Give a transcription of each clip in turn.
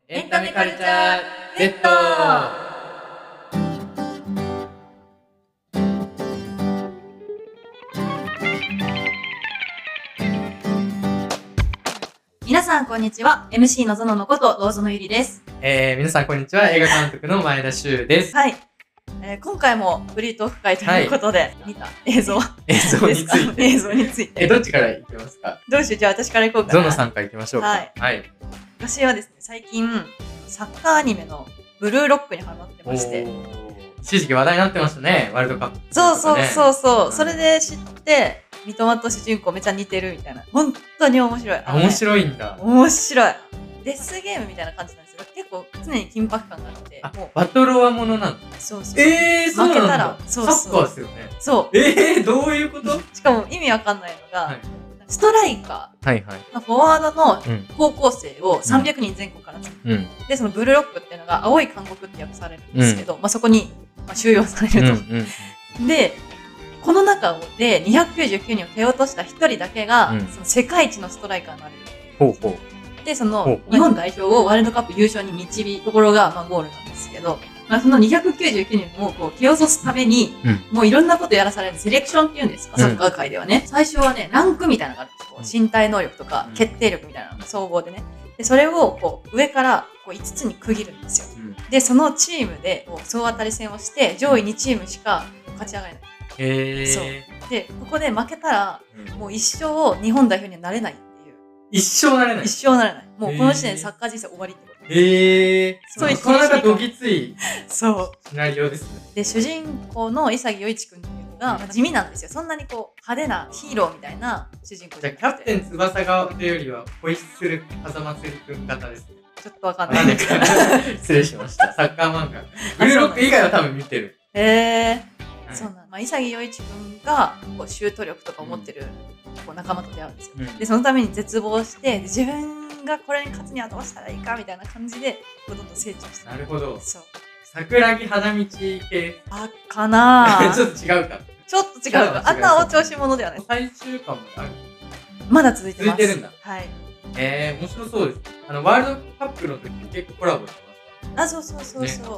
エンタメカルチャー Z。 皆さんこんにちは。 MC のゾノのことローゾノゆりです。 皆さんこんにちは。映画監督の前田修です。 はい、今回もフリートーク会ということで、見た映像についてどっちからいきますか？ どうしよう。じゃあ私からいこうかな。 ゾノさんからいきましょうか。はい、 私はですね、最近サッカーアニメのブルーロックにハマってまして、 一時期話題になってましたね、ワールドカップ、ね、 そう、それで知って、三笘と主人公めちゃ似てるみたいな。本当に面白い。 面白いんだ。 面白い。デスゲームみたいな感じなんですよ。結構常に緊迫感があって、 もうバトロワものなんだ。 そう。 そうなんだ。負けたら、 サッカーですよね。 そう。 どういうこと？ しかも意味わかんないのが、ストライカー、フォワードの高校生を300人全国から集めて、で、そのブルーロックっていうのが青い監獄って訳されるんですけど、そこに収容されると。で、この中で299人を蹴落とした1人だけが、その世界一のストライカーになれる。で、その日本代表をワールドカップ優勝に導くところが、ゴールなんですけど、その299人をこう蹴落とすために、もういろんなことやらされるセレクションっていうんですか、サッカー界ではね。最初はね、ランクみたいなのがあるんです。身体能力とか決定力みたいなの総合でね。で、それをこう上からこう5つに区切るんですよ。で、そのチームでこう総当たり戦をして、上位2チームしか勝ち上がれない。そう。で、ここで負けたら、もう一生日本代表にはなれないっていう。 一生なれない。 もうこの時点でサッカー人生終わりってこと。 そういうなかなかどぎついシナリオですね。 で、主人公の潔世一くんっていうのが地味なんですよ。そんなにこう派手なヒーローみたいな主人公じゃあキャプテン翼側というよりはホイッスル風間せるくん型ですね。 ちょっとわかんない。 失礼しました。サッカー漫画。ブルーロック以外は多分見てる。 そうなん。潔世一くんがこうシュート力とかを持ってるこう仲間と出会うんですよ。で、そのために絶望して、自分がこれに勝つにはどうしたらいいかみたいな感じでどんどん成長して。 なるほど。 そう。 桜木花道系。 かなちょっと違うか。 あんなお調子者ではない。 最終巻もある。 まだ続いてます。 続いてるんだ。 はい。 面白そうです。ワールドカップの時結構コラボしてます。そう。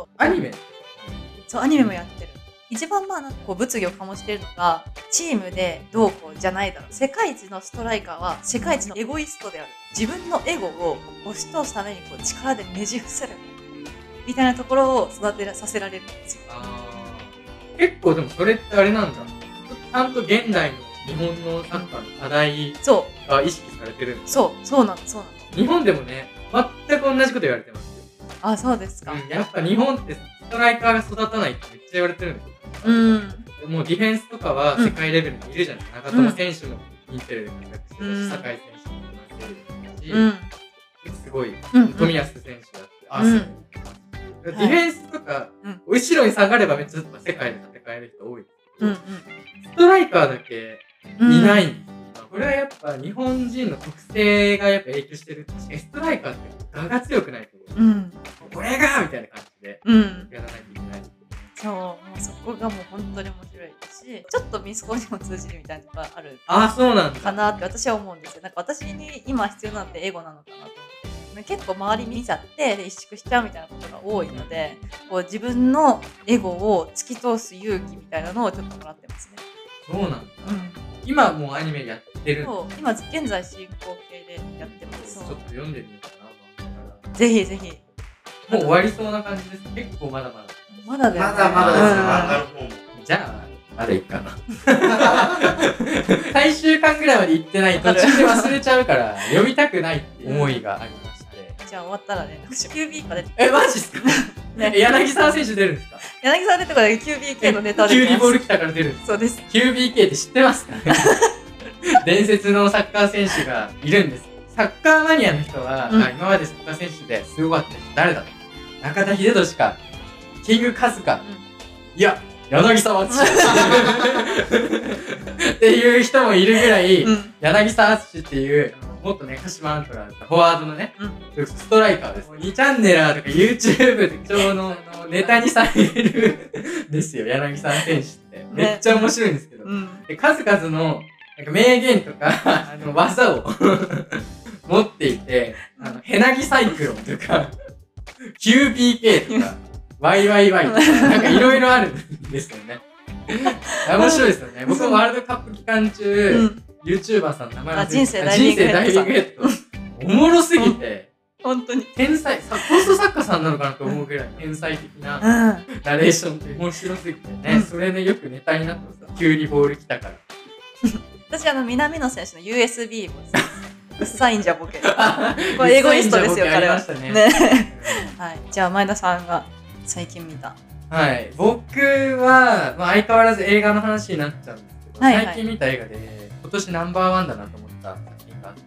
アニメ？ そう、アニメもやってる。一番こう物議を醸しているのが、チームでどうこうじゃないだろう。世界一のストライカーは世界一のエゴイストである。自分のエゴを押し通すためにこう力でねじ伏せる。みたいなところを育てさせられるんですよ。 結構でもそれってあれなんだ。ちゃんと現代の日本のサッカーの課題が意識されてるんです。 そうなんだ。 日本でもね、全く同じこと言われてますよ。 そうですか。 やっぱ日本ってストライカーが育たないってめっちゃ言われてるんですよ。もうディフェンスとかは世界レベルにいるじゃないですか。長友選手もインテルで活躍してるし、酒井選手も同じレベルだし、すごい、冨安選手だってアーセナル。ディフェンスとか、後ろに下がればめっちゃ世界で戦える人多い。ストライカーだけいないんですよ。これはやっぱ日本人の特性がやっぱ影響してる。確かにストライカーって我が強くないと、これがみたいな感じでやらないといけない。 そう、もうそこがもう本当に面白いし、ちょっとミスコンにも通じるみたいなのがあるかなって私は思うんですよ。なんか私に今必要なのってエゴなのかなと思って。結構周り見ちゃってで萎縮しちゃうみたいなことが多いので、こう自分のエゴを突き通す勇気みたいなのをちょっともらってますね。 そうなんだ。今もうアニメやってるんですか？ 今現在進行形でやってます。 ちょっと読んでみようかな。 ぜひぜひ。 もう終わりそうな感じです。結構まだまだ。 まだだよね。 まだまだですね、漫画の方も。 じゃあ、まだいいかな。最終巻ぐらいまで行ってないと途中で忘れちゃうから、読みたくないって思いがありまして。 じゃあ終わったら連絡しよう。QB からマジっすか？柳沢選手出るんですか？ 柳沢出てこない QBK のネタで。 急にボール来たから出るんです。 そうです。 QBK って知ってますか？伝説のサッカー選手がいるんです。サッカーマニアの人は、今までサッカー選手ですごかった人誰だと？中田英寿か、キングカズか、いや、柳沢敦っていう人もいるぐらい、柳沢敦っていう、もっとね、鹿島アントラーズフォワードのね、ストライカーです。2チャンネラーとか YouTube 上のネタにされるんですよ、柳沢選手って。めっちゃ面白いんですけど。で数々の名言とか技を持っていて、ヘナギサイクロンとか、 QBK とか、YYY とか、なんかいろいろあるんですよね。面白いですよね。僕もワールドカップ期間中、YouTuber さんの名前は人生ダイビングヘッド。おもろすぎて、 本当に。 天才、ポスト作家さんなのかなと思うぐらい天才的なナレーションって面白すぎてね、それでよくネタになってます。急にボール来たから。 私、南野選手の USB もうっさいんじゃボケ。これエゴイストですよ、彼は。はい。じゃあ、前田さんが最近見た。 はい。僕は、相変わらず映画の話になっちゃうんですけど、最近見た映画で、今年ナンバーワンだなと思った作品があって、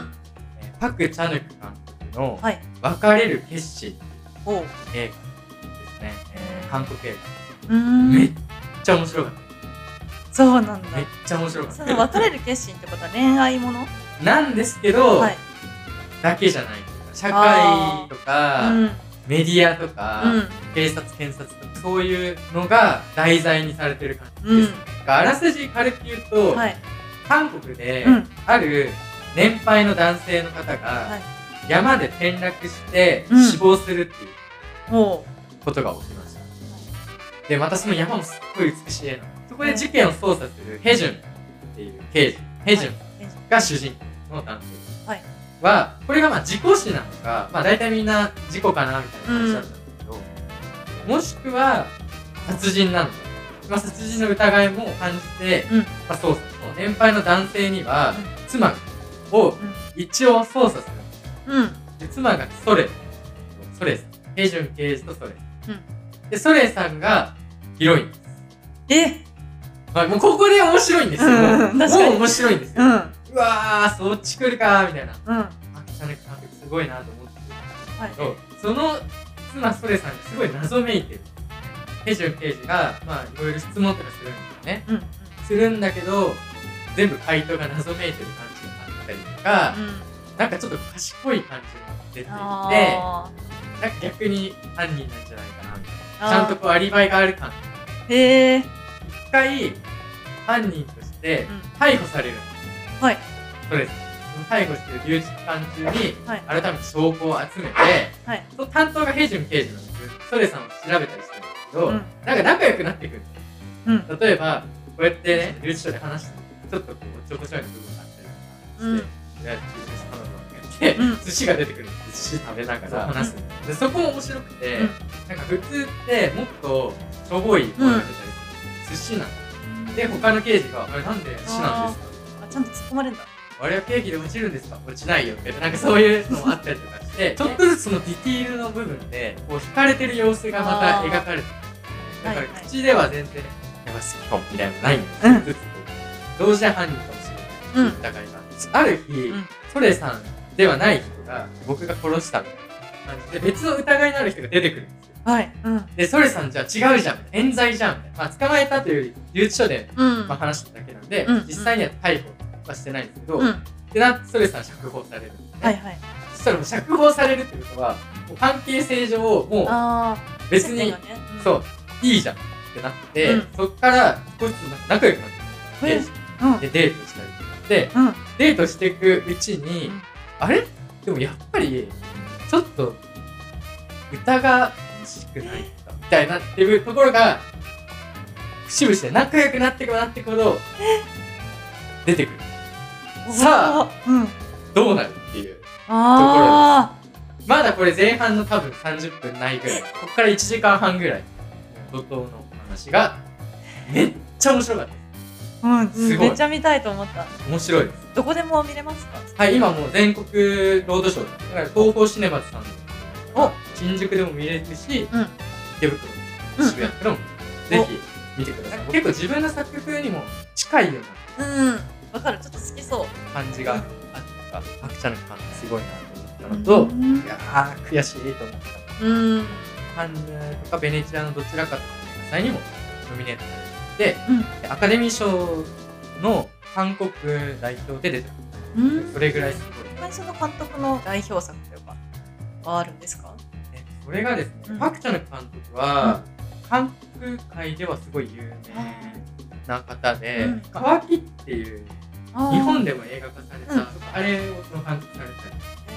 パク・チャヌク監督の別れる決心っていう映画ですね。韓国映画。めっちゃ面白かった。 そうなんだ。 めっちゃ面白かった。 その別れる決心ってことは恋愛ものなんですけど、だけじゃない。社会とか、メディアとか、警察、検察とか、そういうのが題材にされてる感じです。あらすじ軽く言うと、韓国である年配の男性の方が山で転落して死亡するっていうことが起きました。で、またその山もすっごい美しい絵なの。そこで事件を捜査するヘジュンっていう刑事、ヘジュンが主人公の男性は、これが事故死なのか、大体みんな事故かなみたいな話だったんですけど、もしくは殺人なのか、殺人の疑いも感じて、捜査の年配の男性には妻を一応捜査する。で妻がソレさん、ヘジュン刑事とソレさん。で、ソレさんがヒロインです。もうここで面白いんですよ。もう面白いんですよ。うわー、そっち来るかーみたいな。パク・チャヌク監督すごいなと思ってたんですけど、その妻ソレさんがすごい謎めいてる。ヘジュン刑事が、いろいろ質問とかするんですよね。するんだけど、全部回答が謎めいてる感じがあったりとか、なんかちょっと賢い感じが出ていて、なんか逆に犯人なんじゃないかなみたいな。ちゃんとこうアリバイがある感。一回犯人として逮捕されるんです。そうです。その逮捕してる留置期間中に改めて証拠を集めて、その担当がヘジュン刑事なんですけど、ソレさんを調べたりしてるんですけど、なんか仲良くなっていくんですよ。例えば、こうやってね、留置所で話して、ちょっとこう、おっちょこちょいの部分があったりとかして、とりあえず休憩したのとかやって、寿司が出てくるんです。寿司食べながら話すんです。で、そこも面白くて、なんか普通ってもっとしょぼいものが出たりする。寿司なんです。で、他の刑事が、あれなんで寿司なんですか？ ちゃんと突っ込まれるんだ。 あれはケーキで落ちるんですか？落ちないよって、なんかそういうのもあったりとかして、ちょっとずつそのディティールの部分で、こう惹かれてる様子がまた描かれてる。だから口では全然、やっぱ好きかもみたいなのないんですよ。ずつ同時で犯人かもしれない疑いがある日、ソレさんではない人が僕が殺したみたいな感じで、別の疑いのある人が出てくるんですよ。で、ソレさんじゃ違うじゃん、冤罪じゃんみたいな。捕まえたという留置所で話しただけなんで、実際には逮捕はしてないんですけど、でソレさん釈放されるんですね。そしたらもう釈放されるってことは、もう関係性上もう別にそういいじゃんってなって、そっから少しずつ仲良くなっていく。でデートしたりとかで、デートしていくうちに、あれでもやっぱりちょっと疑わしくないかみたいなっていうところが節々で仲良くなっていくほど出てくる。さあ、どうなるっていうところです。まだこれ前半の多分30分ないぐらい、ここから1時間半ぐらい怒涛の話がめっちゃ面白かったです。 めっちゃ見たいと思った。 面白いです。 どこでも見れますか？ はい、今もう全国ロードショー、だから東宝シネマズさんの新宿でも見れるし、池袋、渋谷でもぜひ見てください。結構自分の作風にも近いような、わかる、ちょっと好きそう感じがあったから、パク・チャヌクさんがすごいなと思ったのと、いやー悔しいと思った。カンヌとかベネチアのどちらかの映画祭にもノミネートされて、アカデミー賞の韓国代表で出てる。それぐらいすごい。 最初の監督の代表作というかはあるんですか？ それがですね、パク・チャヌク監督は韓国界ではすごい有名な方で、乾きっていう日本でも映画化された、あれをその監督されたり、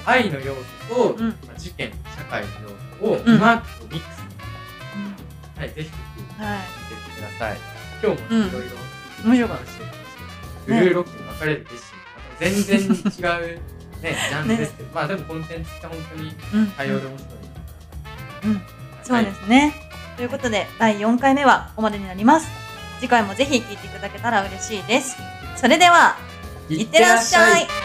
愛の要素と、事件、社会の要素をうまくミックスして、はい、ぜひ見てください。今日もいろいろ面白かった。 ブルーロックに分かれる決心、全然違うね、ジャンルですけど、まあでもコンテンツって本当に多様で面白い。 そうですね。ということで、第4回目はここまでになります。次回もぜひ聞いていただけたら嬉しいです。それでは、いってらっしゃい。